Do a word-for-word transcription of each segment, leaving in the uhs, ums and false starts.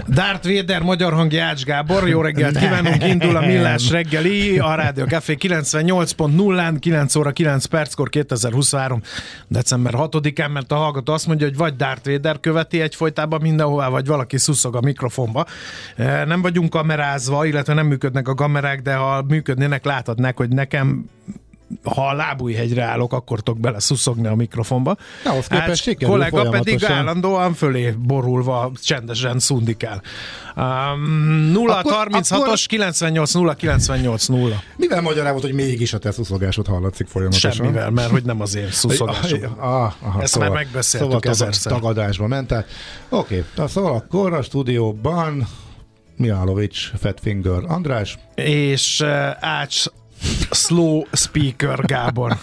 Darth Vader, magyar hangja Ács Gábor, jó reggelt kívánunk, indul a Millás reggeli, a Rádió Café kilencvennyolc pont nullán, kilenc óra kilenc perckor kétezer-huszonhárom. december hatodikán, mert a hallgató azt mondja, hogy vagy Darth Vader követi egyfolytában mindenhová, vagy valaki szuszog a mikrofonba. Nem vagyunk kamerázva, illetve nem működnek a kamerák, de ha működnének, láthatnák, hogy nekem ha a Lábújhegyre állok, akkor tudok bele szuszogni a mikrofonba. Ahhoz képest sikerül kollega pedig állandóan fölé borulva csendesen szundikál. Um, nulla harminchatos kilencvennyolc nulla kilencvennyolc nulla. Mivel magyarázott, hogy mégis a te szuszogásod hallatszik folyamatosan? Semmivel, mert hogy nem az én szuszogásom. Ah, aha, Ezt szóval, már megbeszéltük szóval ezerszer. Tagadásba ment. Oké, okay. Szóval akkor a stúdióban Mihálovics, Fatfinger András és uh, Ács Slow Speaker Gábor.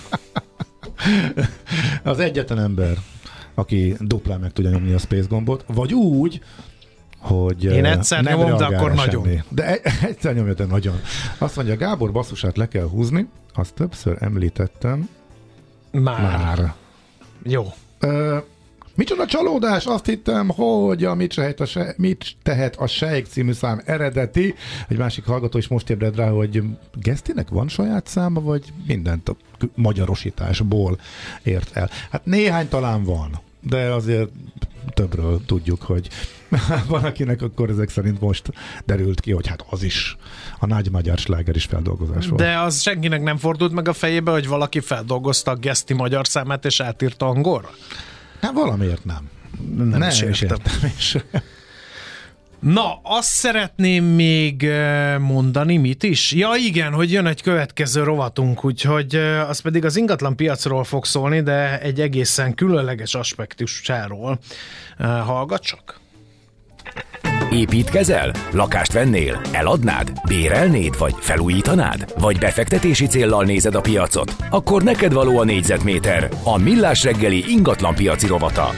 Az egyetlen ember, aki duplán meg tudja nyomni a space gombot, vagy úgy, hogy én egyszer nem nyomom, de akkor semmi. nagyon. De egyszer nyomja, de nagyon. Azt mondja, Gábor basszusát le kell húzni, azt többször említettem. Már. Már. Jó. Ö, micsoda csalódás, azt hittem, hogy a Mit tehet a, se, mit tehet a Sejk című szám eredeti. Egy másik hallgató is most ébred rá, hogy Gesztinek van saját száma, vagy mindent a magyarosításból ért el. Hát néhány talán van, de azért többről tudjuk, hogy van akinek akkor ezek szerint most derült ki, hogy hát az is a nagy magyar sláger is feldolgozás volt. De az senkinek nem fordult meg a fejébe, hogy valaki feldolgozta a Geszti magyar számát és átírta angolra? Hát valamiért nem. Nem, nem is értem. Is értem is. Na, azt szeretném még mondani, mit is? Ja igen, hogy jön egy következő rovatunk, úgyhogy az pedig az ingatlan piacról fog szólni, de egy egészen különleges aspektusáról. Hallgat csak! Építkezel? Lakást vennél? Eladnád? Bérelnéd? Vagy felújítanád? Vagy befektetési céllal nézed a piacot? Akkor neked való a négyzetméter, a Millás reggeli ingatlan piaci rovata.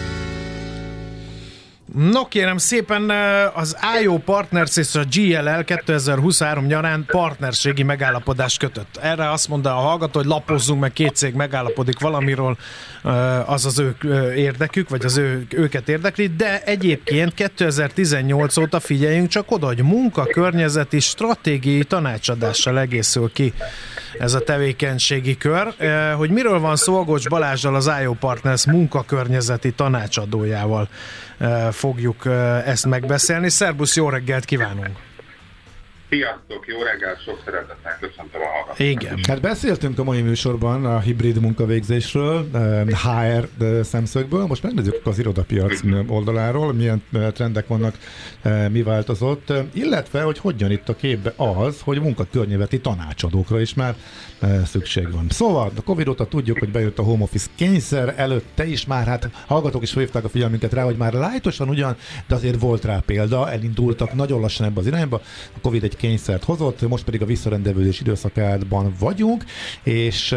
No kérem szépen, az i o Partners és a gé el el kétezer-huszonhárom nyarán partnerségi megállapodást kötött. Erre azt mondta a hallgató, hogy lapozzunk meg, két cég megállapodik valamiről, az az ő érdekük, vagy az ő, őket érdekli, de egyébként kétezer-tizennyolc óta figyeljünk csak oda, hogy munkakörnyezeti stratégiai tanácsadással egészül ki ez a tevékenységi kör. Hogy miről van szó, Agocs Balázsral, az i o Partners munkakörnyezeti tanácsadójával fogjuk ezt megbeszélni. Szerbusz, jó reggelt kívánunk! Sziasztok, jó reggelt, sok szeretettel köszöntöm a hallgatókat. Igen. Hát beszéltünk a mai műsorban a hibrid munkavégzésről, há er szemszögből. Most megnézzük az irodapiac oldaláról, milyen trendek vannak, mi változott, illetve, hogy hogyan itt a képbe az, hogy munkakörnyezeti tanácsadókra is már szükség van. Szóval a Covid óta tudjuk, hogy bejött a home office kényszer, előtte is már, hát hallgatók is felhívták a figyelmünket rá, hogy már lájtosan ugyan, de azért volt rá példa, elindultak nagyon lassan ebbe az irányba. A Covid egy kényszert hozott, most pedig a visszarendelődés időszakában vagyunk, és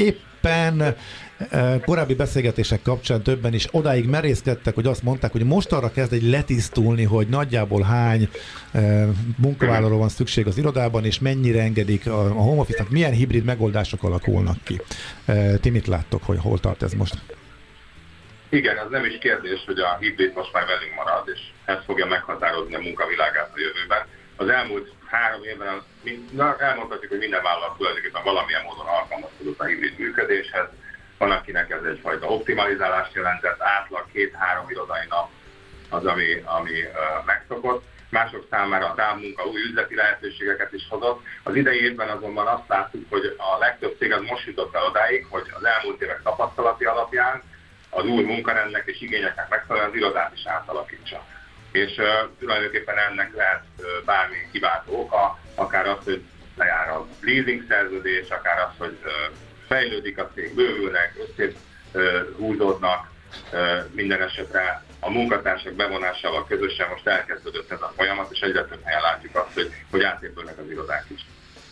éppen korábbi beszélgetések kapcsán többen is odáig merészkedtek, hogy azt mondták, hogy most arra kezd egy letisztulni, hogy nagyjából hány munkavállalóra van szükség az irodában, és mennyire engedik a home office-nak, milyen hibrid megoldások alakulnak ki. Ti mit láttok, hogy hol tart ez most? Igen, az nem is kérdés, hogy a hibrid most már velünk marad, és ez fogja meghatározni a munkavilágát a jövőben. Az elmúlt három évben az, elmondhatjuk, hogy minden vállalat tulajdonképpen valamilyen módon alkalmazkodott a hibrid működéshez. Van, akinek ez egyfajta optimalizálást jelentett, átlag két-három irodai nap az, ami, ami uh, megszokott. Mások számára a távmunka új üzleti lehetőségeket is hozott. Az idei évben azonban azt láttuk, hogy a legtöbb cég az most jutott el odáig, hogy az elmúlt évek tapasztalati alapján az új munkarendnek és igényeknek megfelelően az irodát is átalakítsa. És uh, tulajdonképpen ennek lehet uh, bármi kiváltó oka, akár az, hogy lejár a leasing szerződés, akár az, hogy uh, fejlődik a cég, bővülnek, összét uh, húzódnak, uh, minden esetre a munkatársak bevonásával közösen most elkezdődött ez a folyamat, és egyre több helyen látjuk azt, hogy, hogy átépülnek az irodák is.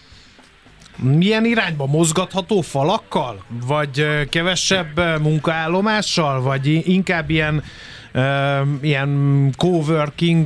Milyen irányba? Mozgatható falakkal? Vagy kevesebb munkaállomással? Vagy inkább ilyen ilyen coworking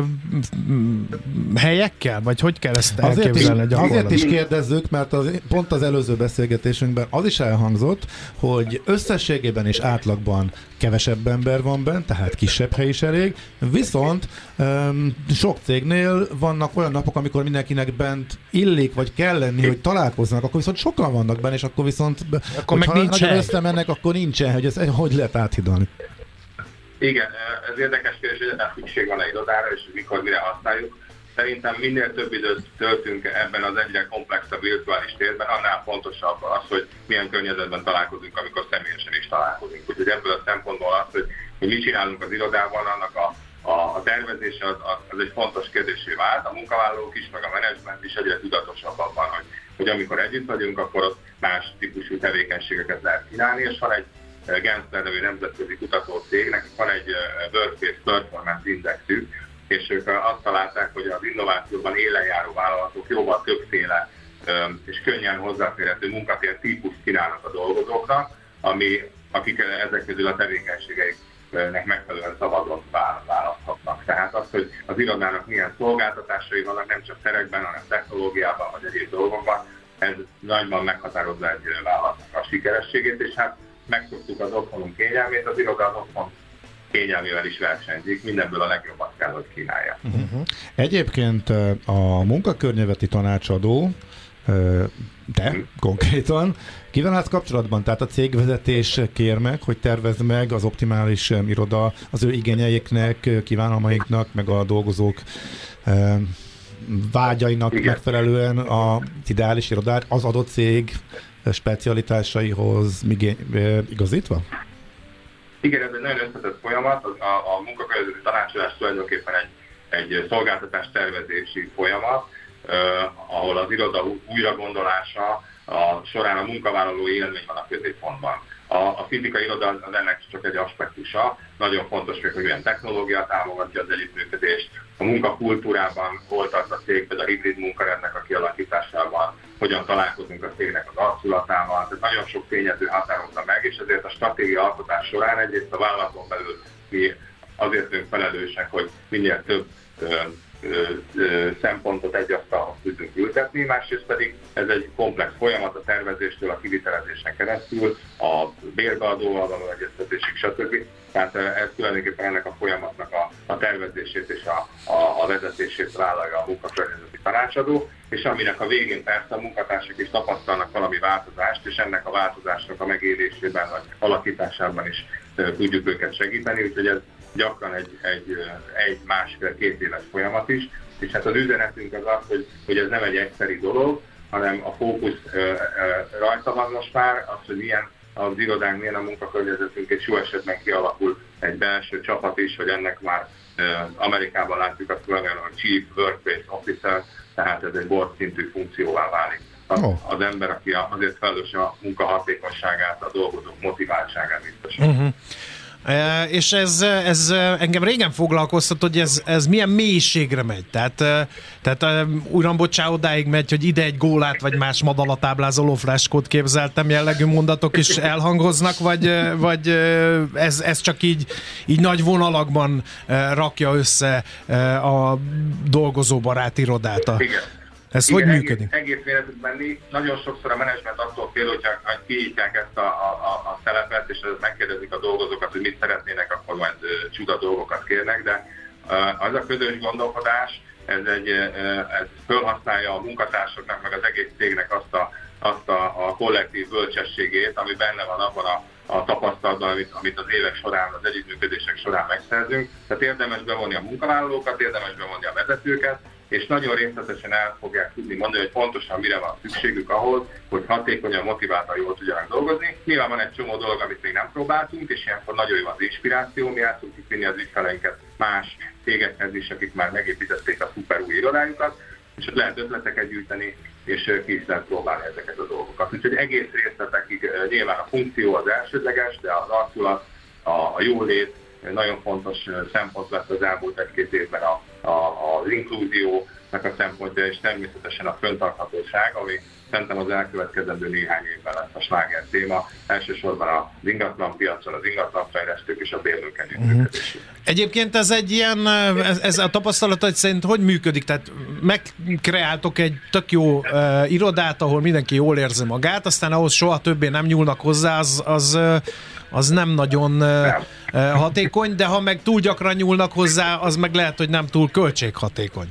helyekkel? Vagy hogy kell ezt elképzelni azért is, azért is kérdezzük, mert az, pont az előző beszélgetésünkben az is elhangzott, hogy összességében és átlagban kevesebb ember van bent, tehát kisebb hely is elég, viszont um, sok cégnél vannak olyan napok, amikor mindenkinek bent illik, vagy kell lenni, hogy találkoznak, akkor viszont sokan vannak benne, és akkor viszont, akkor meg nincs nagyon összemennek, akkor nincsen, hogy ez hogy lehet áthidalni. Igen, ez érdekes kérdés, hogy ennek szükség van egy irodára, és mikor mire használjuk. Szerintem minél több időt töltünk ebben az egyre komplexebb virtuális térben, annál fontosabb az, hogy milyen környezetben találkozunk, amikor személyesen is találkozunk. Úgyhogy ebből a szempontból az, hogy, hogy mit csinálunk az irodában, annak a, a, a tervezése az, az egy fontos kérdésé vált. A munkavállalók is, meg a menedzsment is egyre tudatosabb abban, hogy, hogy amikor együtt vagyunk, akkor ott más típusú tevékenységeket lehet csinálni, és van egy Gensler nevű nemzetközi kutatócég, nekik van egy Workplace Performance Indexük, és ők azt találták, hogy az innovációban élen járó vállalatok jóval többféle és könnyen hozzáférhető munkatér típust kínálnak a dolgozóknak, ami, akik ezek közül a tevékenységeiknek megfelelően szabadon választhatnak. Tehát az, hogy az irodának milyen szolgáltatásai vannak, nem csak terekben, hanem technológiában vagy egyéb dolgokban, ez nagyban meghatározza egy vállalatnak a sikerességét, és hát megszoktuk az otthonunk kényelmét, az iroda az otthon kényelmével is versenyzik, mindenből a legjobbat kell, hogy kínálja. Uh-huh. Egyébként a munkakörnyezeti tanácsadó, te uh-huh. konkrétan, kivel állsz kapcsolatban? Tehát a cégvezetés kér meg, hogy tervezd meg az optimális iroda az ő igényeiknek, kívánalmaiknak, meg a dolgozók vágyainak Igen. megfelelően az ideális irodát az adott cég specialitásaihoz igazítva? Igen, ez egy nagyon összetett folyamat. A, a munkakörnyezeti tanácsadás tulajdonképpen egy, egy szolgáltatás tervezési folyamat, eh, ahol az iroda újragondolása a, során a munkavállaló élmény van a középpontban. A, a fizikai iroda az ennek csak egy aspektusa. Nagyon fontos, hogy milyen technológia támogatja az együttműködést. A munkakultúrában hol tart a cég, például a hibrid munkarendnek a kialakításában, hogyan találkozunk a cégnek az arculatával. Tehát nagyon sok tényező határozza meg, és ezért a stratégia alkotás során egyrészt a vállalaton belül mi azért vagyunk felelősek, hogy minél több ö, ö, ö, szempontot egy asztalhoz tudunk ültetni, másrészt pedig ez egy komplex folyamat a tervezéstől a kivitelezésen keresztül, a bérbeadóval való egyeztetésig, stb. Tehát ez tulajdonképpen ennek a folyamatnak a, a tervezését és a, a, a vezetését vállalja a munkakörnyezeti tanácsadó, és aminek a végén persze a munkatársak is tapasztalnak valami változást, és ennek a változásnak a megélésében vagy alakításában is e, tudjuk őket segíteni, úgyhogy ez gyakran egy, egy, egy másfél-két éves folyamat is, és hát az üzenetünk az az, hogy, hogy ez nem egy egyszeri dolog, hanem a fókusz e, e, rajta van most már, az, hogy milyen az irodánk, milyen a munkakörnyezetünk, és jó esetben kialakul egy belső csapat is, hogy ennek már e, Amerikában látjuk azt tulajdonképpen a Chief Workplace Officer, tehát ez egy board szintű funkcióvá válik. Az, oh. az ember, aki azért felelős a munka hatékonyságát, a dolgozók motiváltságát biztosít. Uh-huh. E, és ez, ez engem régen foglalkoztat, hogy ez, ez milyen mélységre megy. Tehát, tehát uram, bocsá, odáig megy, hogy ide egy gólát, vagy más madalatáblázoló flashkót képzeltem jellegű mondatok is elhangoznak, vagy, vagy ez, ez csak így, így nagy vonalakban rakja össze a dolgozóbarát irodát. Igen. Ez Igen, hogy működik? Egész, egész menni. Nagyon sokszor a menedzsment attól fél, hogyha kinyitják ezt a, a, a telepet, és megkérdezik a dolgozókat, hogy mit szeretnének, akkor majd uh, csuda dolgokat kérnek, de uh, az a közös gondolkodás, ez, egy, uh, ez felhasználja a munkatársaknak, meg az egész cégnek azt a, azt a, a kollektív bölcsességét, ami benne van abban a, a tapasztalatban, amit, amit az évek során, az együttműködések során megszerzünk. Tehát érdemes bevonni a munkavállalókat, érdemes bevonni a vezetőket, és nagyon részletesen el fogják tudni mondani, hogy pontosan mire van szükségük ahhoz, hogy hatékonyan, motiváltan jól tudjanak dolgozni. Nyilván van egy csomó dolog, amit még nem próbáltunk, és ilyenkor nagyon jó az inspiráció, mi el tudjuk vinni az ügyfeleinket más cégekhez is, akik már megépítették a szuper új irodájukat, és ott lehet ötleteket gyűjteni, és ki is lehet próbálni ezeket a dolgokat. Úgyhogy egész részletekig nyilván a funkció az elsődleges, de az arculat, a, a jólét nagyon fontos szempont lett az elmúlt egy-két évben a, a, az inkluziónak a szempontja, és természetesen a fenntarthatóság, ami szerintem az elkövetkezendő néhány évben lesz a sláger téma, elsősorban az ingatlan piacon, az ingatlanfejlesztők és a bérlők együttműködésük. Uh-huh. Egyébként ez egy ilyen, ez, ez a tapasztalat szerint hogy működik? Tehát megkreáltok egy tök jó uh, irodát, ahol mindenki jól érzi magát, aztán ahhoz soha többé nem nyúlnak hozzá, az, az, az nem nagyon uh, nem. hatékony, de ha meg túl gyakran nyúlnak hozzá, az meg lehet, hogy nem túl költséghatékony.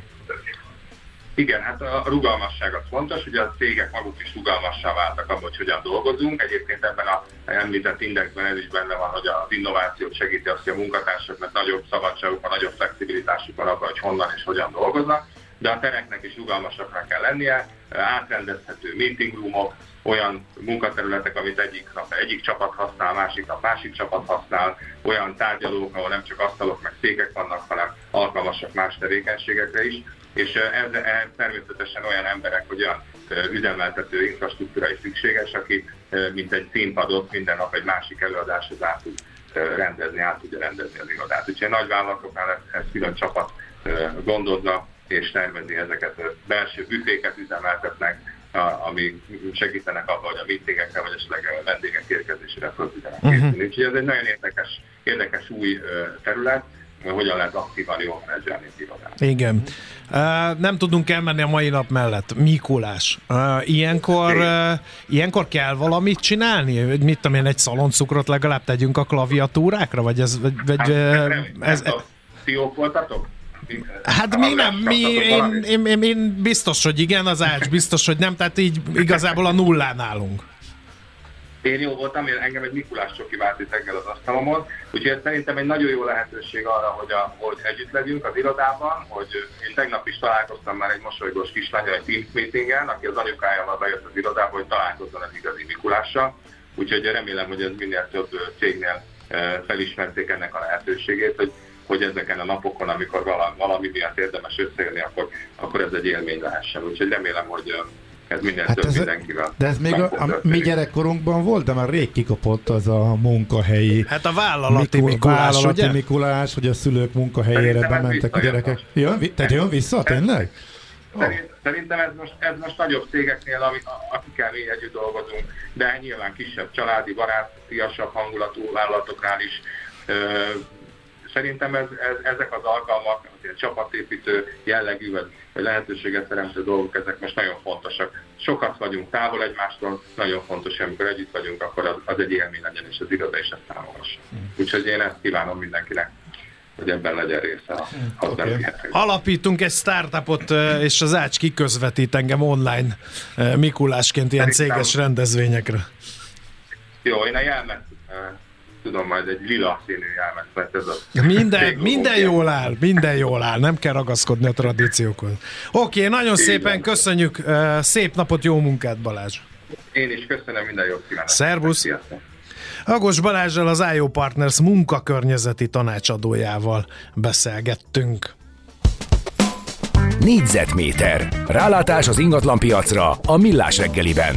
Igen, hát a rugalmasság az fontos, ugye a cégek maguk is rugalmassá váltak abban, hogy hogyan dolgozunk. Egyébként ebben a említett indexben ez is benne van, hogy az innovációt segíti azt, hogy a munkatársaknak nagyobb szabadságuk van, nagyobb flexibilitásuk van abban, hogy honnan és hogyan dolgoznak, de a tereknek is rugalmasaknak kell lennie, átrendezhető meeting roomok, olyan munkaterületek, amit egyik nap egyik csapat használ, másik nap másik csapat használ, olyan tárgyalók, ahol nem csak asztalok meg székek vannak, hanem alkalmasak más tevékenységekre is. És ez, ez természetesen olyan emberek, hogy olyan üzemeltető infrastruktúra is szükséges, aki mint egy színpadot minden nap egy másik előadáshoz át tud rendezni, át tudja rendezni az irodát. Úgyhogy nagy vállalatoknál ez külön csapat gondozza és tervezi ezeket, belső büféket üzemeltetnek, ami segítenek abban, hogy a meetingekre vagy esetleg a vendégek érkezésére fel tudjanak készülni. Uh-huh. Úgyhogy ez egy nagyon érdekes, érdekes új terület, hogyan lehet aktívan jól menedzselni az irodát. Igen. Uh, nem tudunk elmenni a mai nap mellett. Mikulás. Uh, ilyenkor, uh, ilyenkor kell valamit csinálni? Mit tudom én, egy szaloncukrot legalább tegyünk a klaviatúrákra? Vagy ez... Vagy, hát, uh, nem, ez, ez Tiók voltatok? Hát mi nem, mi, én, én, én, én biztos, hogy igen, az Ács biztos, hogy nem, tehát így igazából a nullán állunk. Én jó voltam, én engem egy Mikulás csoki várt itt reggel az asztalomon, úgyhogy szerintem egy nagyon jó lehetőség arra, hogy, a, hogy együtt legyünk az irodában, hogy én tegnap is találkoztam már egy mosolygós kislányal egy Teams meetingen, aki az anyukájával bejött az irodába, hogy találkozzon az igazi Mikulással, úgyhogy remélem, hogy ez minél több cégnél felismerték ennek a lehetőségét, hogy hogy ezeken a napokon, amikor valami, valami miatt érdemes összejönni, akkor, akkor ez egy élmény lehessen. Úgyhogy remélem, hogy ez minél hát több ez mindenkivel. De ez még a, a mi gyerekkorunkban volt, de már rég kikapott az a munkahelyi. Hát a vállalati Mikul, Mikulás, vállalati ugye? Mikulás, hogy a szülők munkahelyére bementek a gyerekek. Jön, tehát jön vissza, tényleg? Szerint, szerintem ez most, ez most nagyobb cégeknél, akikkel mi együtt dolgozunk, de nyilván kisebb családi, barátiasabb hangulatú vállalatoknál is. Szerintem ez, ez, ezek az alkalmak, azért csapatépítő jellegű, vagy, vagy lehetőséget teremtő dolgok, ezek most nagyon fontosak. Sokat vagyunk távol egymástól, nagyon fontos, amikor együtt vagyunk, akkor az, az egy élmény legyen, és az iroda is ezt támogassa. Úgyhogy én ezt kívánom mindenkinek, hogy ebben legyen része a okay. Alapítunk egy startupot, és az Ács kiközvetít engem online Mikulásként ilyen Szerintem... céges rendezvényekre. Jó, én a jelmet tudom majd egy lila színű jelmet, mert ez a... Minden, minden jól áll, minden jól áll, nem kell ragaszkodni a tradíciókhoz. Oké, okay, nagyon Így szépen van. Köszönjük, szép napot, jó munkát, Balázs! Én is köszönöm, minden jót kívánok! Szervusz! Ágos Balázsral, az i o Partners munkakörnyezeti tanácsadójával beszélgettünk. Négyzetméter. Rálátás az ingatlanpiacra a Millás reggeliben.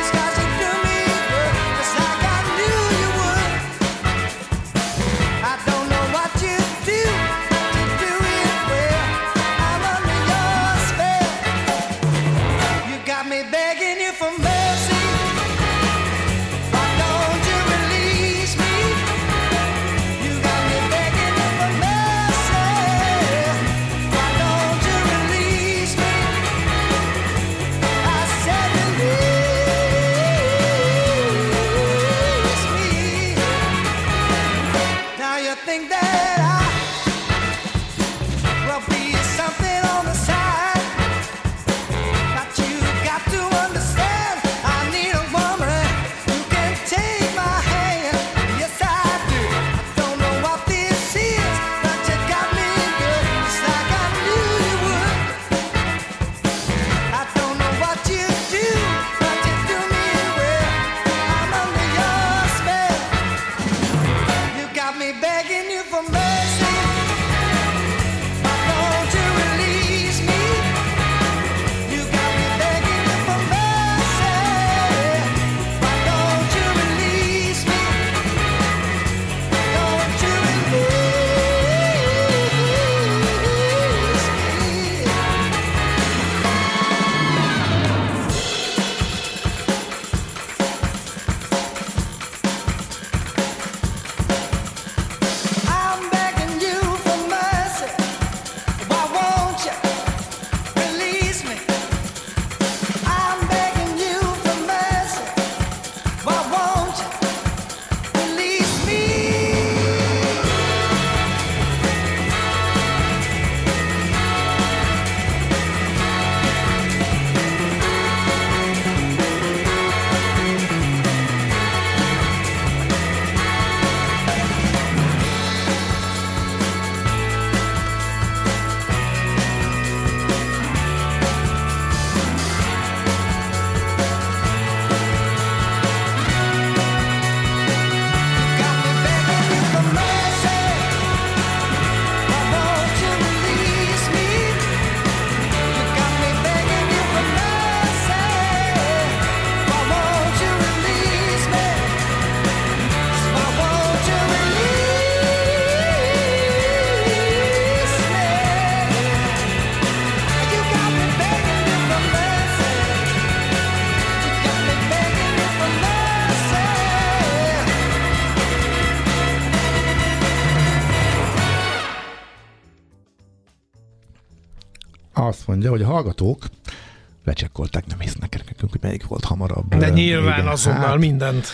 I azt mondja, hogy a hallgatók lecsekkolták, nem hisznek nekünk, hogy melyik volt hamarabb. De nyilván igen, azonnal hát, mindent.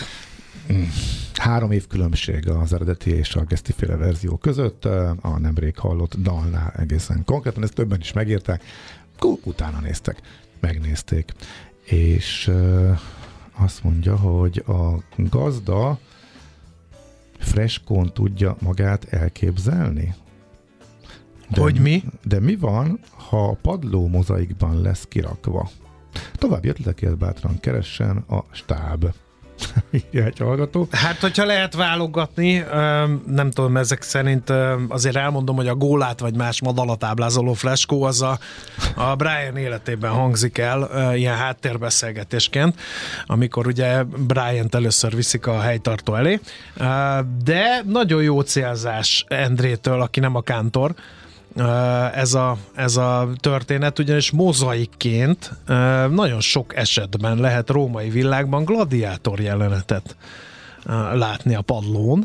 Három év különbség az eredeti és a gesztiféle verzió között, a nemrég hallott dalnál egészen konkrétan, ezt többen is megírták, utána néztek, megnézték, és azt mondja, hogy a gazda freskón tudja magát elképzelni? De, hogy mi? De mi van, ha a padló mozaikban lesz kirakva? További ötletekért bátran keressen a stáb. Írja egy hallgató. Hát, hogyha lehet válogatni, nem tudom, ezek szerint azért elmondom, hogy a gólát vagy más madalat ábrázoló freskó az a, a Brian életében hangzik el ilyen háttérbeszélgetésként, amikor ugye Briant először viszik a helytartó elé, de nagyon jó célzás Endrétől, aki nem a kántor, ez a, ez a történet, ugyanis mozaikként nagyon sok esetben lehet római világban gladiátor jelenetet látni a padlón,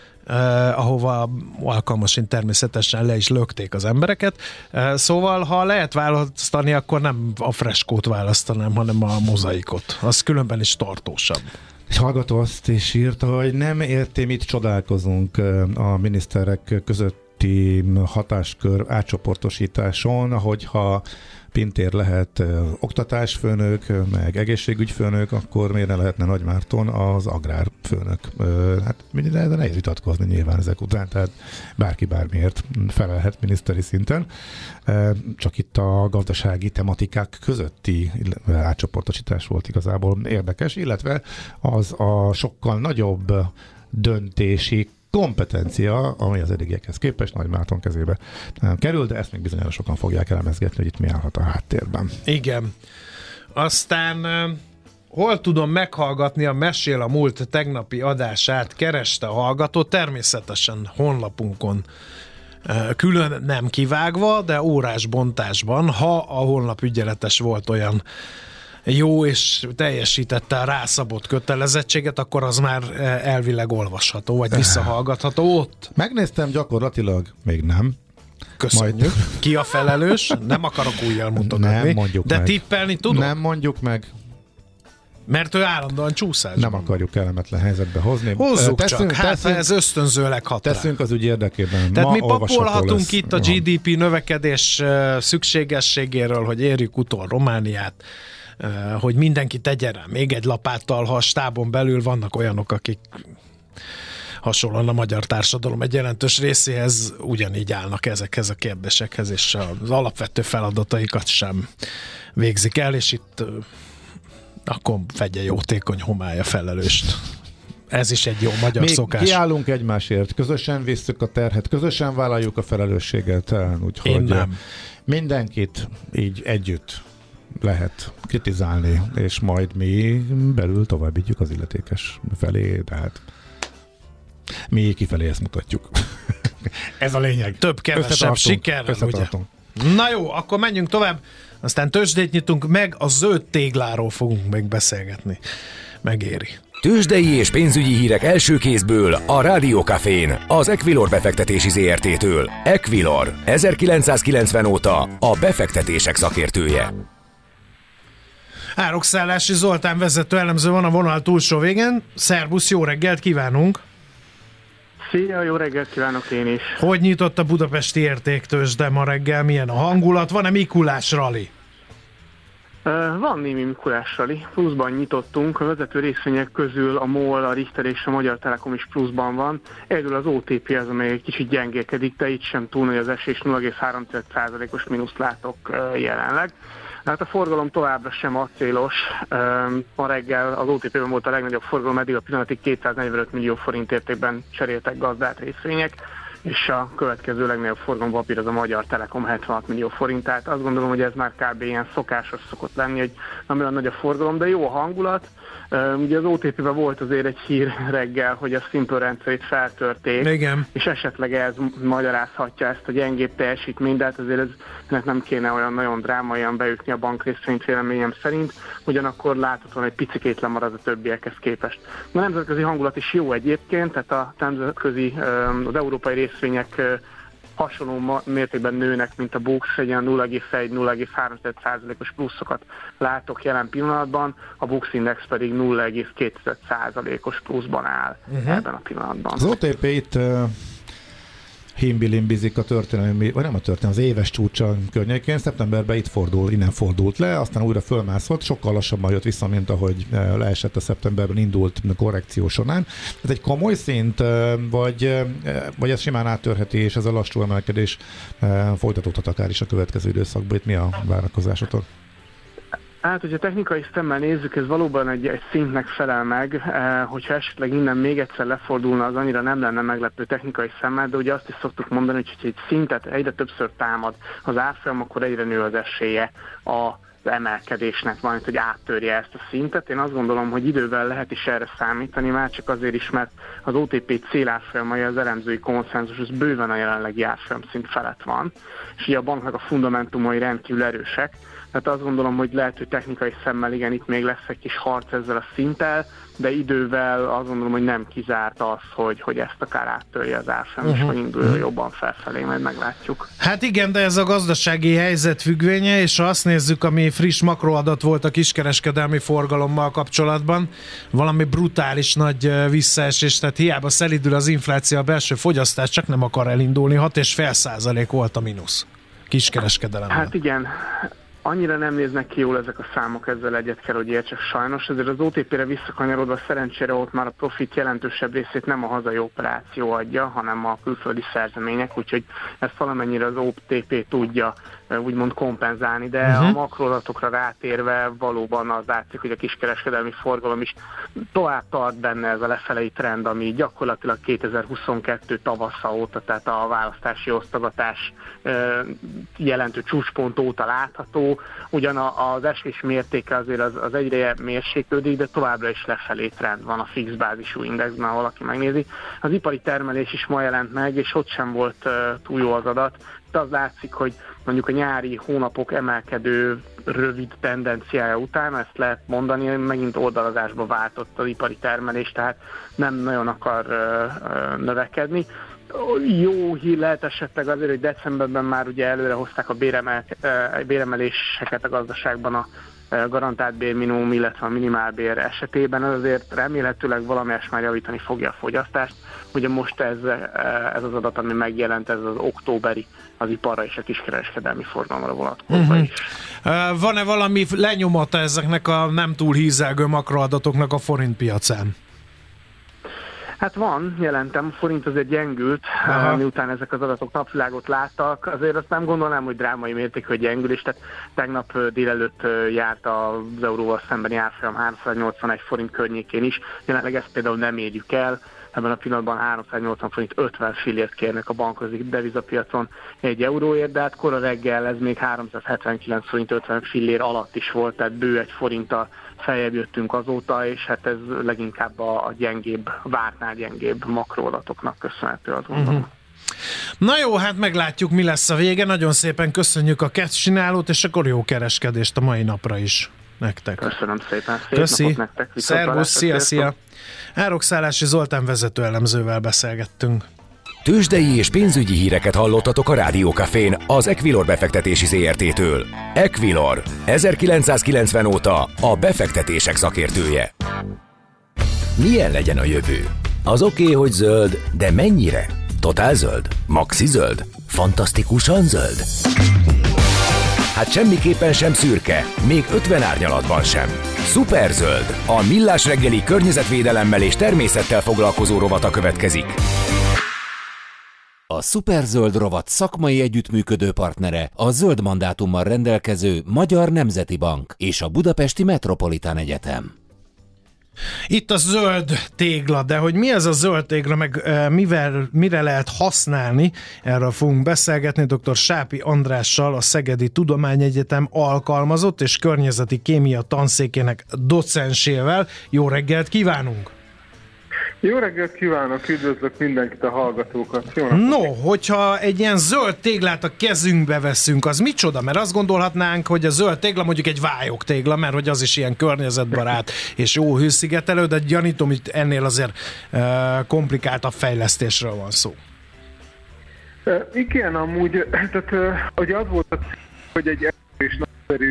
ahova alkalmasint természetesen le is lökték az embereket. Szóval, ha lehet választani, akkor nem a freskót választanám, hanem a mozaikot. Az különben is tartósabb. Egy hallgató azt is írta, hogy nem érti, mit csodálkozunk a miniszterek között hatáskör átcsoportosításon, hogyha Pintér lehet uh, oktatásfőnök, meg egészségügyfőnök, akkor miért ne lehetne Nagy Márton az agrárfőnök? Uh, hát de nehéz vitatkozni nyilván ezek után, tehát bárki bármiért felelhet miniszteri szinten. Uh, csak itt a gazdasági tematikák közötti átcsoportosítás volt igazából érdekes, illetve az a sokkal nagyobb döntési kompetencia, ami az eddigiekhez képest Nagy Márton kezébe kerül, de ezt még bizonyára sokan fogják elemezgetni, hogy itt mi állhat a háttérben. Igen. Aztán hol tudom meghallgatni a Mesél a múlt tegnapi adását, kereste a hallgató, természetesen honlapunkon külön nem kivágva, de órás bontásban, ha a honlap ügyeletes volt olyan jó, és teljesítette a rászabott kötelezettséget, akkor az már elvileg olvasható, vagy visszahallgatható ott. Megnéztem, gyakorlatilag még nem. Köszönjük. Majd. Ki a felelős? Nem akarok újjal mutogatni. Nem mondjuk de meg. tippelni tudok? Nem mondjuk meg. Mert ő állandóan csúszásban. Nem akarjuk kellemetlen helyzetbe hozni. Hozzuk teszünk, csak, hát teszünk, ez ösztönzőleg hat rá. Teszünk az ügy érdekében. Tehát Ma mi papolhatunk lesz. itt a gé dé pé növekedés szükségességéről, hogy érjük utol Romániát, hogy mindenki tegyen rá még egy lapáttal, ha a stábon belül vannak olyanok, akik hasonlóan a magyar társadalom egy jelentős részéhez ugyanígy állnak ezekhez a kérdésekhez, és az alapvető feladataikat sem végzik el, és itt akkor vegye jótékony homály a felelőst. Ez is egy jó magyar Mi szokás. Mi kiállunk egymásért, közösen visszük a terhet, közösen vállaljuk a felelősséget, úgyhogy Én nem. Mindenkit így együtt lehet kritizálni, és majd mi belül továbbítjuk az illetékes felé, tehát mi kifelé ezt mutatjuk. Ez a lényeg. Több-kevesebb sikerrel, ugye? Na jó, akkor menjünk tovább, aztán tőzsdét nyitunk meg, a zöld tégláról fogunk még beszélgetni. Megéri. Tőzsdei és pénzügyi hírek első kézből a Rádió Cafén, az Equilor befektetési zé er té-től. Equilor, ezerkilencszázkilencven óta a befektetések szakértője. Árokszállási Zoltán vezető elemző van a vonal túlsó végén. Szerbusz, jó reggelt kívánunk! Szia, jó reggelt kívánok én is! Hogy nyitott a budapesti értéktőzsde ma reggel? Milyen a hangulat? Van-e Mikulás rali? Van némi Mikulás rali. Pluszban nyitottunk. A vezető részvények közül a MOL, a Richter és a Magyar Telekom is pluszban van. Egyedül az o té pé az, amely egy kicsit gyengélkedik, de itt sem túl nagy az esés, nulla egész három százalékos mínuszt látok jelenleg. Hát a forgalom továbbra sem acélos. Ma reggel az o té pében volt a legnagyobb forgalom, eddig a pillanatig kétszáznegyvenöt millió forint értékben cseréltek gazdát részvények, és a következő legnagyobb forgalompapír az a Magyar Telekom hetvenhat millió forint, tehát azt gondolom, hogy ez már kb. Ilyen szokásos szokott lenni, hogy nem olyan nagy a forgalom, de jó a hangulat. Uh, ugye az o té pében volt azért egy hír reggel, hogy a Simple rendszerét feltörték, igen, és esetleg ez magyarázhatja ezt a gyengébb teljesítményt, de hát azért ez, ennek nem kéne olyan nagyon drámaian beütni a bankrészvényt véleményem szerint, ugyanakkor láthatóan egy picikét lemarad a többiekhez képest. A nemzetközi hangulat is jó egyébként, tehát a nemzetközi, az európai részvények hasonló mértékben nőnek, mint a Bux, egy olyan nulla egész egy nulla egész három százalékos pluszokat látok jelen pillanatban, a Bux Index pedig nulla egész két százalékos pluszban áll uh-huh. ebben a pillanatban. Az o té pé itt uh, himbilimbizik a történelmi, vagy nem a történelmi, az éves csúcsa környékén, szeptemberben itt fordul, innen fordult le, aztán újra fölmászott, sokkal lassabban jött vissza, mint ahogy leesett a szeptemberben indult korrekció során. Ez egy komoly szint, vagy, vagy ez simán áttörheti, és ez a lassú emelkedés folytatódhat akár is a következő időszakban. Itt mi a várakozásotok? Hát, hogyha technikai szemmel nézzük, ez valóban egy, egy szintnek felel meg, eh, hogyha esetleg innen még egyszer lefordulna, az annyira nem lenne meglepő technikai szemmel, de ugye azt is szoktuk mondani, hogy egy szintet egyre többször támad az árfolyam, akkor egyre nő az esélye az emelkedésnek, valamint, hogy áttörje ezt a szintet. Én azt gondolom, hogy idővel lehet is erre számítani, már csak azért is, mert az o té pé célárfolyamai, az elemzői konszenzus, az bőven a jelenlegi árfolyam szint felett van, és ugye a banknak a fundamentumai rendkívül erősek. Tehát azt gondolom, hogy lehet, hogy technikai szemmel igen, itt még lesz egy kis harc ezzel a szinttel, de idővel azt gondolom, hogy nem kizárt az, hogy, hogy ezt akár áttörje az árfolyam, uh-huh. és hogy indul jobban felfelé, majd meglátjuk. Hát igen, de ez a gazdasági helyzet függvénye, és ha azt nézzük, ami friss makroadat volt a kiskereskedelmi forgalommal kapcsolatban, valami brutális nagy visszaesés, tehát hiába szelidül az infláció, a belső fogyasztás csak nem akar elindulni, hat egész öt százalék volt a mínusz kiskereskedelemben. Hát igen, annyira nem néznek ki jól ezek a számok, ezzel egyet kell, hogy értsek sajnos. Ezért az o té pére visszakanyarodva szerencsére ott már a profit jelentősebb részét nem a hazai operáció adja, hanem a külföldi szerzemények, úgyhogy ezt valamennyire az o té pé tudja úgymond kompenzálni, de uh-huh. a makroadatokra rátérve valóban az látszik, hogy a kiskereskedelmi forgalom is tovább tart benne ez a lefelei trend, ami gyakorlatilag kétezer-huszonkettő tavasza óta, tehát a választási osztogatás jelentő csúcspont óta látható. Ugyan az esés mértéke azért az, az egyre mérséklődik, de továbbra is lefelé trend van a fix bázisú indexben, ha valaki megnézi. Az ipari termelés is ma jelent meg, és ott sem volt túl jó az adat. Itt az látszik, hogy mondjuk a nyári hónapok emelkedő rövid tendenciája után, ezt lehet mondani, megint oldalazásba váltott az ipari termelés, tehát nem nagyon akar növekedni. Jó hír lehet esetleg azért, hogy decemberben már ugye előre hozták a béremel, béremeléseket a gazdaságban a garantált bérminimum, illetve a minimálbér esetében, azért remélhetőleg valamelyest már javítani fogja a fogyasztást. Ugye most ez, ez az adat, ami megjelent, ez az októberi, az iparra és a kiskereskedelmi forgalomra vonatkozva uh-huh. is. Uh, van-e valami lenyomata ezeknek a nem túl hízelgő makroadatoknak a forint piacán? Hát van, jelentem, a forint azért gyengült, Aha. miután ezek az adatok napvilágot láttak. Azért azt nem gondolnám, hogy drámai mértékű gyengülés, tehát tegnap délelőtt járt az euróval szembeni árfolyam háromszáznyolcvanegy forint környékén is, jelenleg ezt például nem érjük el. Ebben a pillanatban háromszáznyolcvan forint ötven fillért kérnek a bankközi devizapiacon egy euróért, de hát kora reggel ez még háromszázhetvenkilenc forint ötven fillér alatt is volt, tehát bő egy forinttal feljebb jöttünk azóta, és hát ez leginkább a, a gyengébb, vártnál gyengébb makroadatoknak köszönhető, azt gondolom. Uh-huh. Na jó, hát meglátjuk, mi lesz a vége. Nagyon szépen köszönjük a kettcsinálót, és akkor jó kereskedést a mai napra is nektek. Köszönöm szépen, szép Köszi. napot nektek. Szervusz, szia, szia. Árokszállási Zoltán vezető elemzővel beszélgettünk. Tőzsdei és pénzügyi híreket hallottatok a Rádiókafén az Equilor befektetési zé er té-től. Equilor, ezerkilencszázkilencven óta a befektetések szakértője. Milyen legyen a jövő? Az oké, okay, hogy zöld, de mennyire? Totál zöld? Maxi zöld? Fantasztikusan zöld? Hát semmiképpen sem szürke, még ötven árnyalatban sem. Szuperzöld, a Millás reggeli környezetvédelemmel és természettel foglalkozó rovata következik. A Szuperzöld rovat szakmai együttműködő partnere a zöld mandátummal rendelkező Magyar Nemzeti Bank és a Budapesti Metropolitán Egyetem. Itt a zöld tégla, de hogy mi ez a zöld tégla, meg e, mivel, mire lehet használni, erről fogunk beszélgetni dr. Sápi Andrással, a Szegedi Tudományegyetem alkalmazott és környezeti kémia tanszékének docensével. Jó reggelt kívánunk! Jó reggelt kívánok, üdvözlök mindenkit, a hallgatókat. Jó no, hogyha egy ilyen zöld téglát a kezünkbe veszünk, az micsoda? Mert azt gondolhatnánk, hogy a zöld tégla mondjuk egy vályog tégla, mert hogy az is ilyen környezetbarát és jó hőszigetelő, de gyanítom, hogy ennél azért uh, komplikáltabb fejlesztésről van szó. E, igen, amúgy, tehát ugye az volt, hogy egy és nagyszerű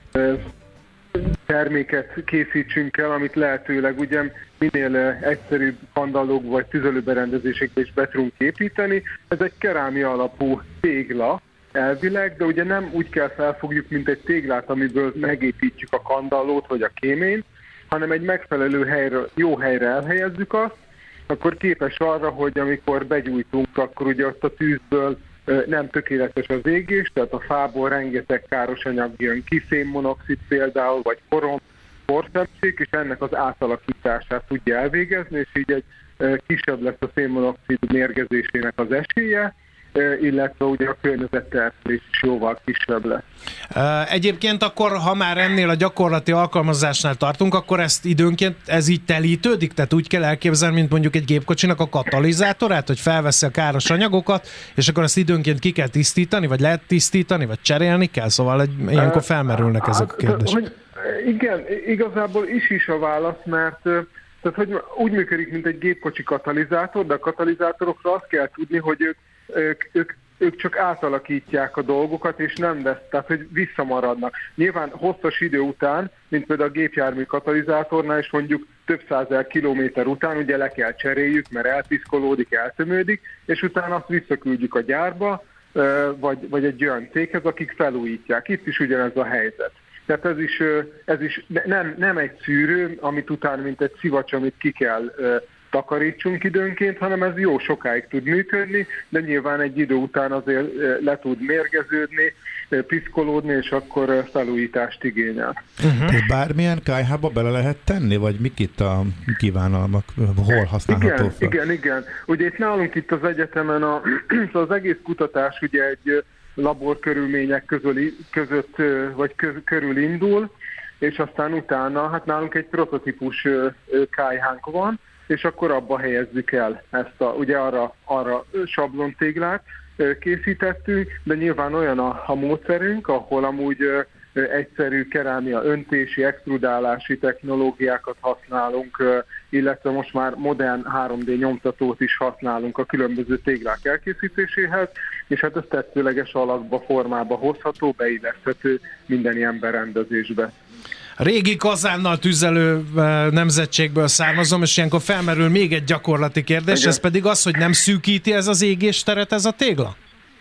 terméket készítsünk el, amit lehetőleg ugye minél egyszerűbb kandallók vagy tüzelőberendezésekbe is be tudunk építeni. Ez egy kerámia alapú tégla elvileg, de ugye nem úgy kell felfogjuk, mint egy téglát, amiből megépítjük a kandallót vagy a kéményt, hanem egy megfelelő helyre, jó helyre elhelyezzük azt, akkor képes arra, hogy amikor begyújtunk, akkor ugye ott a tűzből nem tökéletes az égés, tehát a fából rengeteg káros anyag jön ki, szénmonoxid például, vagy korom, porszemcsék, és ennek az átalakítását tudja elvégezni, és így egy kisebb lesz a szénmonoxid mérgezésének az esélye, illetve ugye a környezetterhelés is jóval kisebb lesz. Egyébként akkor, ha már ennél a gyakorlati alkalmazásnál tartunk, akkor ezt időnként ez így telítődik? Tehát úgy kell elképzelni, mint mondjuk egy gépkocsinak a katalizátorát, hogy felveszi a káros anyagokat, és akkor ezt időnként ki kell tisztítani, vagy lehet tisztítani, vagy cserélni kell? Szóval egy, ilyenkor felmerülnek ezek a kérdések. Igen, igazából is is a válasz, mert tehát, hogy úgy működik, mint egy gépkocsi katalizátor, de a katalizátorokra azt kell tudni, hogy ők Ők, ők, ők csak átalakítják a dolgokat, és nem vesz, tehát hogy visszamaradnak. Nyilván hosszas idő után, mint például a gépjármű katalizátornál, és mondjuk több százezer kilométer után ugye le kell cseréljük, mert elpiszkolódik, eltömődik, és utána azt visszaküldjük a gyárba, vagy, vagy egy olyan céghez, akik felújítják. Itt is ugyanez a helyzet. Tehát ez is, ez is nem, nem egy szűrő, amit utána, mint egy szivacs, amit ki kell takarítsunk időnként, hanem ez jó sokáig tud működni, de nyilván egy idő után azért le tud mérgeződni, piszkolódni, és akkor felújítást igényel. Uh-huh. Bármilyen kályhába bele lehet tenni, vagy mik itt a kívánalmak, hol használható igen, fel? Igen, igen. Ugye itt nálunk itt az egyetemen a, az egész kutatás ugye egy laborkörülmények közöli, között, vagy köz, körül indul, és aztán utána, hát nálunk egy prototípus kályhánk van, és akkor abba helyezzük el ezt a, ugye arra, arra sablontéglát készítettünk, de nyilván olyan a, a módszerünk, ahol amúgy egyszerű kerámia öntési, extrudálási technológiákat használunk, illetve most már modern három dé nyomtatót is használunk a különböző téglák elkészítéséhez, és hát ez tetszőleges alakba, formába hozható, beilleszthető minden ilyen berendezésbe. Régi kazánnal tüzelő nemzetségből származom, és ilyenkor felmerül még egy gyakorlati kérdés, igen. Ez pedig az, hogy nem szűkíti ez az égésteret, ez a tégla?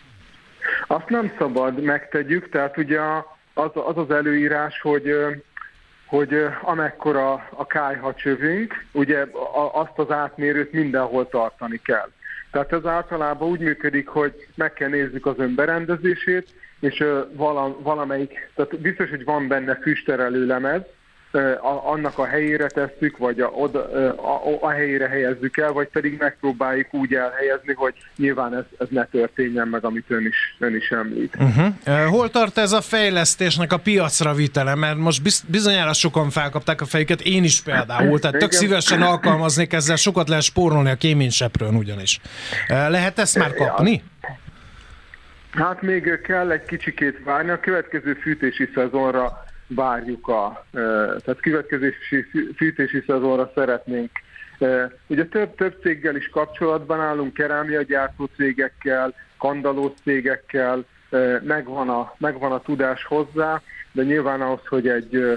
Azt nem szabad megtegyük, tehát ugye az az, az előírás, hogy, hogy amekkora a kályhacsövünk, ugye azt az átmérőt mindenhol tartani kell. Tehát ez általában úgy működik, hogy meg kell nézzük az önberendezését, és vala, valamelyik, tehát biztos, hogy van benne füstterelő lemez, annak a helyére tesszük, vagy a, oda, a, a helyére helyezzük el, vagy pedig megpróbáljuk úgy elhelyezni, hogy nyilván ez, ez ne történjen meg, amit ön is, ön is említ. Uh-huh. Hol tart ez a fejlesztésnek a piacra vitele? Mert most bizonyára sokan felkapták a fejüket, én is például, tehát tök szívesen alkalmaznék ezzel, sokat lehet spórolni a kéményseprőn ugyanis. Lehet ezt már kapni? Hát még kell egy kicsikét várni, a következő fűtési szezonra várjuk a, tehát következő fűtési szezonra szeretnénk. Ugye több, több céggel is kapcsolatban állunk, kerámiagyártó cégekkel, kandallós cégekkel, megvan a, megvan a tudás hozzá, de nyilván ahhoz, hogy egy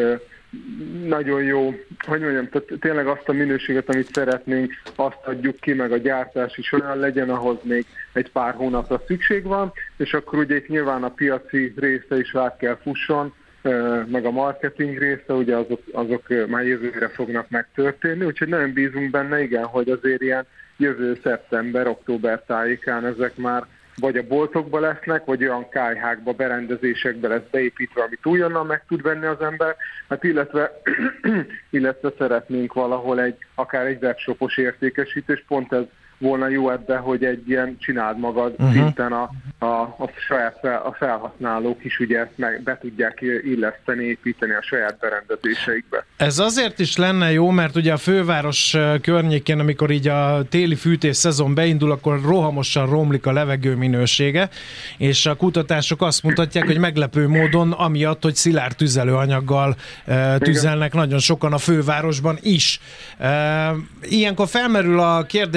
nagyon jó, hogy mondjam, tehát tényleg azt a minőséget, amit szeretnénk, azt adjuk ki, meg a gyártás is olyan legyen, ahhoz még egy pár hónapra szükség van, és akkor ugye itt nyilván a piaci része is át kell fusson, meg a marketing része, ugye azok, azok már jövőre fognak megtörténni, úgyhogy nagyon bízunk benne, igen, hogy azért ilyen jövő szeptember, október tájékán ezek már vagy a boltokba lesznek, vagy olyan kályhákba, berendezésekbe lesz beépítve, amit újonnan meg tud venni az ember, hát illetve, illetve szeretnénk valahol egy, akár egy webshopos értékesítés, pont ez volna jó ebben, hogy egy ilyen csináld magad uh-huh. szinten a, a, a saját fel, a felhasználók is ugye ezt meg be tudják illeszteni, építeni a saját berendezéseikbe. Ez azért is lenne jó, mert ugye a főváros környékén, amikor így a téli fűtés szezon beindul, akkor rohamosan romlik a levegő minősége, és a kutatások azt mutatják, hogy meglepő módon, amiatt, hogy szilárd tüzelőanyaggal e, tüzelnek nagyon sokan a fővárosban is. E, ilyenkor felmerül a kérdés, hogy ez egy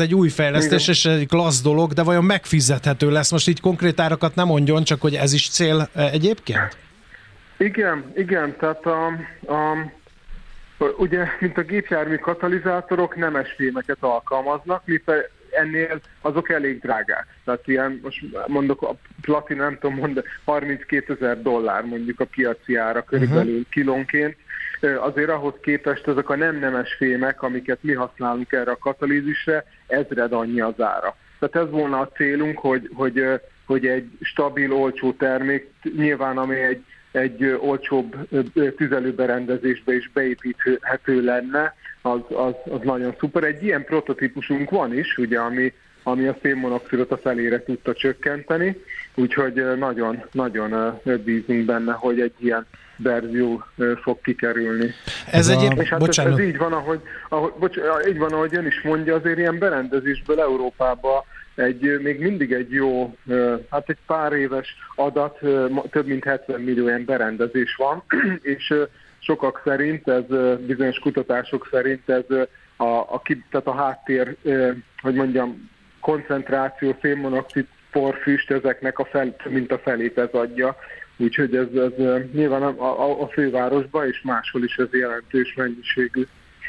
egy új fejlesztés, Igen. és egy klassz dolog, de vajon megfizethető lesz? Most így konkrét árakat nem mondjon, csak hogy ez is cél egyébként? Igen, igen, tehát a, a, ugye, mint a gépjármű katalizátorok nemes fémeket alkalmaznak, mivel ennél azok elég drágák. Tehát ilyen, most mondok, a platina, nem tudom mondani, harminckétezer dollár mondjuk a piaci ára körülbelül uh-huh. kilónként. Azért ahhoz képest ezek a nem nemes fémek, amiket mi használunk erre a katalízisre, ezred annyi az ára. Tehát ez volna a célunk, hogy, hogy, hogy egy stabil, olcsó termék, nyilván ami egy, egy olcsóbb tüzelőberendezésbe is beépíthető lenne, az, az, az nagyon szuper. Egy ilyen prototípusunk van is, ugye, ami, ami a szénmonoxidot a felére tudta csökkenteni, úgyhogy nagyon, nagyon bízunk benne, hogy egy ilyen verzió fog kikerülni. Ez egy és hát ez, ez így van, ahogy, ahogy, bocs, így van, ahogy ön is mondja, azért ilyen berendezésből Európában egy, még mindig egy jó, hát egy pár éves adat, több mint hetven millió ilyen berendezés van, és sokak szerint, ez bizonyos kutatások szerint ez a, a, tehát a háttér, hogy mondjam, koncentráció, szénmonoxid, porfüst, ezeknek a fel, mint a felét ez adja. Úgyhogy ez, ez nyilván a, a, a fővárosban és máshol is ez jelentős mennyiségű.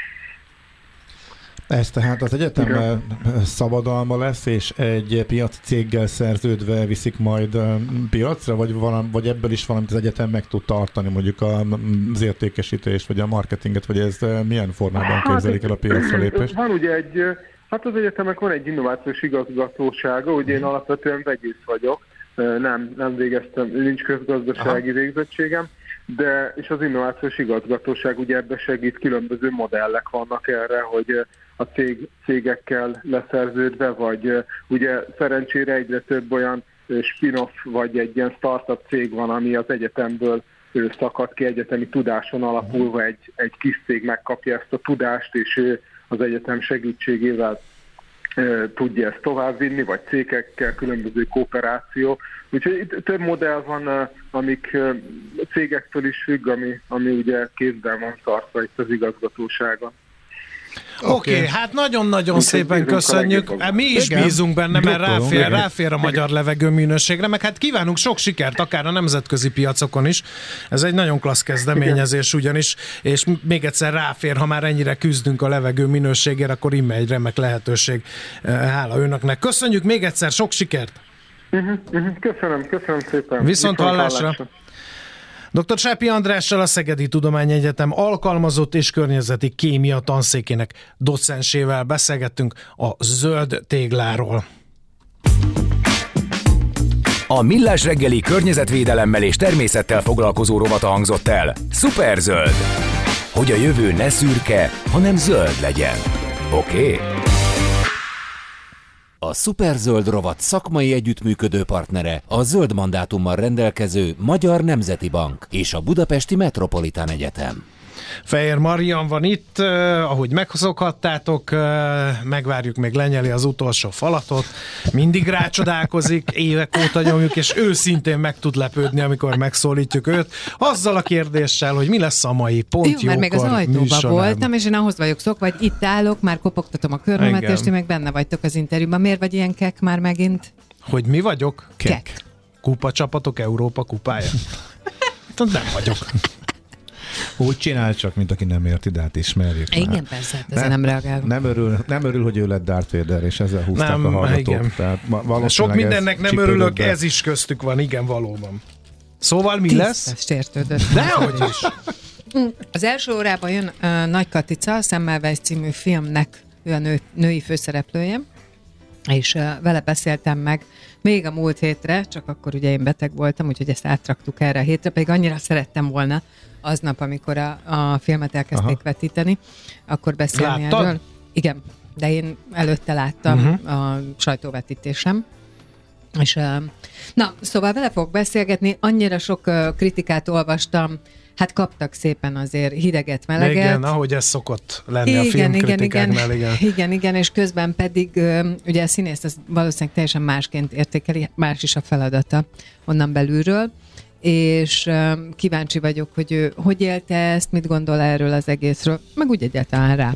Ez tehát az egyetem igen. szabadalma lesz, és egy piaci céggel szerződve viszik majd piacra, vagy, valami, vagy ebből is valamit az egyetem meg tud tartani, mondjuk az értékesítést, vagy a marketinget, vagy ez milyen formában képzelik el a piacra lépést? Van ugye egy, hát az egyetemek van egy innovációs igazgatósága, ugye én alapvetően vegyész vagyok, nem, nem végeztem, nincs közgazdasági Aha. végzettségem, de és az innovációs igazgatóság ugye ebbe segít, különböző modellek vannak erre, hogy a cég, cégekkel leszerződve, vagy ugye szerencsére egyre több olyan spin-off, vagy egy ilyen startup cég van, ami az egyetemből szakad ki, egyetemi tudáson alapulva egy, egy kis cég megkapja ezt a tudást, és ő az egyetem segítségével tudja ezt továbbvinni, vagy cégekkel különböző kooperáció. Úgyhogy itt több modell van, amik cégektől is függ, ami, ami ugye kézben van tartva itt az igazgatóságon. Oké, okay, hát nagyon-nagyon Úgy szépen köszönjük. Mi is Igen. bízunk benne, mert ráfér, ráfér a magyar levegő minőségre, meg hát kívánunk sok sikert, akár a nemzetközi piacokon is. Ez egy nagyon klassz kezdeményezés ugyanis, és még egyszer ráfér, ha már ennyire küzdünk a levegő minőségért, akkor immár egy remek lehetőség. Hála önöknek. Köszönjük még egyszer, sok sikert! Uh-huh, uh-huh. Köszönöm, köszönöm szépen. Viszont hallásra! hallásra. doktor Csápi Andrással, a Szegedi Tudományegyetem alkalmazott és környezeti kémia tanszékének docensével beszélgettünk a zöld tégláról. A Millás reggeli környezetvédelemmel és természettel foglalkozó rovata hangzott el. Szuperzöld! Hogy a jövő ne szürke, hanem zöld legyen. Oké? Okay? A Szuperzöld rovat szakmai együttműködő partnere a zöld mandátummal rendelkező Magyar Nemzeti Bank és a Budapesti Metropolitán Egyetem. Fejér Marian van itt, eh, ahogy megszokhattátok, eh, megvárjuk, még lenyeli az utolsó falatot, mindig rácsodálkozik, évek óta nyomjuk, és őszintén meg tud lepődni, amikor megszólítjuk őt, azzal a kérdéssel, hogy mi lesz a mai pont Jó, jókor mert még az ajtóban műsorában. voltam, és én ahhoz vagyok szokva, vagy itt állok, már kopogtatom a körmömet, és ti meg benne vagytok az interjúban. Miért vagy ilyen kek már megint? Hogy mi vagyok? Kek. kek. Kupa csapatok Európa kupája? Nem vagyok. Úgy csinál csak, mint aki nem érti, de hát ismerjük. Igen, már. persze, hát ezzel nem, nem reagálok. Nem örül, nem örül, hogy ő lett Darth Vader, és ezzel húzták nem, a hallgatók. Tehát sok mindennek nem örülök, be. Ez is köztük van, igen, valóban. Szóval mi Tisztes lesz? sértődött. Dehogy is. Az első órában jön uh, Nagy Katica, a Semmelweis című filmnek, ő a nő, női főszereplője, és uh, vele beszéltem meg még a múlt hétre, csak akkor ugye én beteg voltam, úgyhogy ezt átraktuk erre a hétre, pedig annyira szerettem volna aznap, amikor a, a filmet elkezdték Aha. vetíteni, akkor beszélni Láttad? erről. Igen, de én előtte láttam uh-huh. a sajtóvetítésem. És, uh, na, szóval vele fogok beszélgetni, annyira sok uh, kritikát olvastam, hát kaptak szépen azért hideget, meleget. Igen, ahogy ez szokott lenni igen, a filmkritikáknál. Igen, igen, igen, igen, és közben pedig ugye a színész az valószínűleg teljesen másként értékeli, más is a feladata onnan belülről, és kíváncsi vagyok, hogy ő hogy élte ezt, mit gondol erről az egészről, meg úgy egyáltalán rá.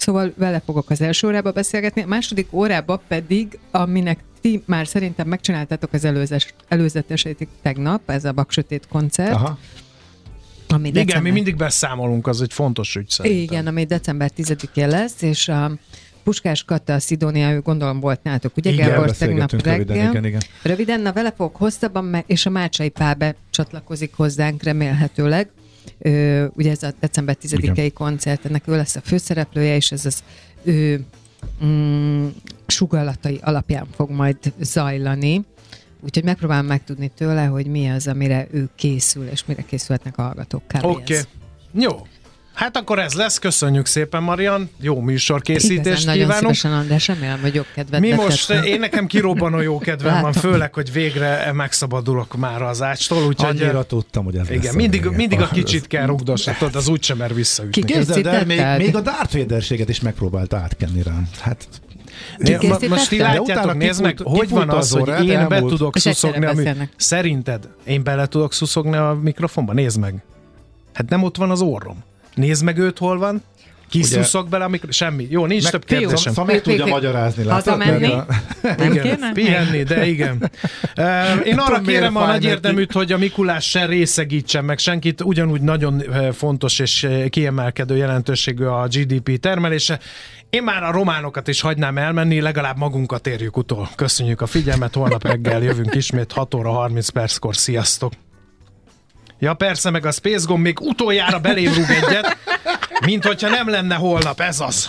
Szóval vele fogok az első órába beszélgetni, a második órába pedig, aminek ti már szerintem megcsináltátok az előzes, előzetesét tegnap, ez a Baksötét koncert. Aha. Ami Igen, december... mi mindig beszámolunk, az egy fontos ügy szerintem. Igen, ami december tizedikén lesz, és a Puskás Kata, Szidónia, ő gondolom volt nálatok, ugye? Igen, Gábor tegnap reggel. Röviden, igen, igen. Röviden, na vele fogok hosszabban, és a Mácsai Pál becsatlakozik hozzánk remélhetőleg. Ö, ugye ez a december tizedikei koncert, ennek ő lesz a főszereplője, és ez az ő mm, sugallatai alapján fog majd zajlani. Úgyhogy megpróbálom megtudni tőle, hogy mi az, amire ő készül, és mire készülhetnek a hallgatók. Oké. Okay. Jó. Hát akkor ez lesz. Köszönjük szépen, Marian. Jó műsorkészítést Igazán kívánunk. Nagyon szívesen, András, remélem, hogy jobb kedvet Mi betettem. most, én nekem kirobbanó jó kedvem van, főleg, hogy végre megszabadulok már az ácstól. Úgyhogy annyira tudtam, hogy ez igen, lesz. Mindig, mindig a kicsit kell rugdosni, tudod, az úgysem mer visszaütni. Képzeld el, még, még a Darth Vaderséget is megpróbált átkenni rám. Hát... Ma, most ti látjátok, nézd meg, hogy van az, hogy én elmúlt. be tudok szuszogni a mű... Szerinted én bele tudok szuszogni a mikrofonba? Nézd meg. Hát nem ott van az orrom. Nézd meg őt, hol van. Kiszuszog bele a mikrofonba. Semmi. Jó, nincs meg, több kérdésem. Szóval meg tudja magyarázni. Hazamenni? Nem kéne? Pihenni, de igen. Uh, én arra kérem a nagy érdeműt, hogy a Mikulás se részegítsen meg senkit. Ugyanúgy nagyon fontos és kiemelkedő jelentőségű a gé dé pé termelése. Én már a románokat is hagynám elmenni, legalább magunkat érjük utol. Köszönjük a figyelmet, holnap reggel jövünk ismét hat óra harminc perckor. Sziasztok! Ja persze, meg a Space Gomb még utoljára belém rúg egyet, mint hogyha nem lenne holnap, ez az.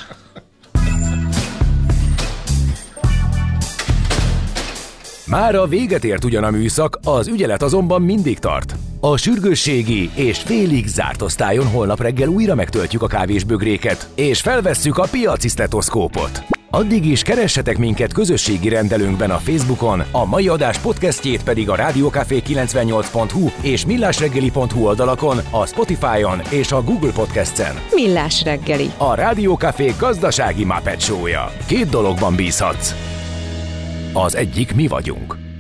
Mára véget ért ugyan a műszak, az ügyelet azonban mindig tart. A sürgősségi és félig zárt osztályon holnap reggel újra megtöltjük a kávésbögréket, és felvesszük a piaci sztetoszkópot. Addig is keressetek minket közösségi rendelőnkben a Facebookon, a mai adás podcastjét pedig a rádiókafé kilencvennyolc pont hu és millásreggeli pont hu oldalakon, a Spotify-on és a Google Podcast-en. Millás reggeli. A Rádiókafé gazdasági Muppet Show-ja. Két dologban bízhatsz. Az egyik mi vagyunk.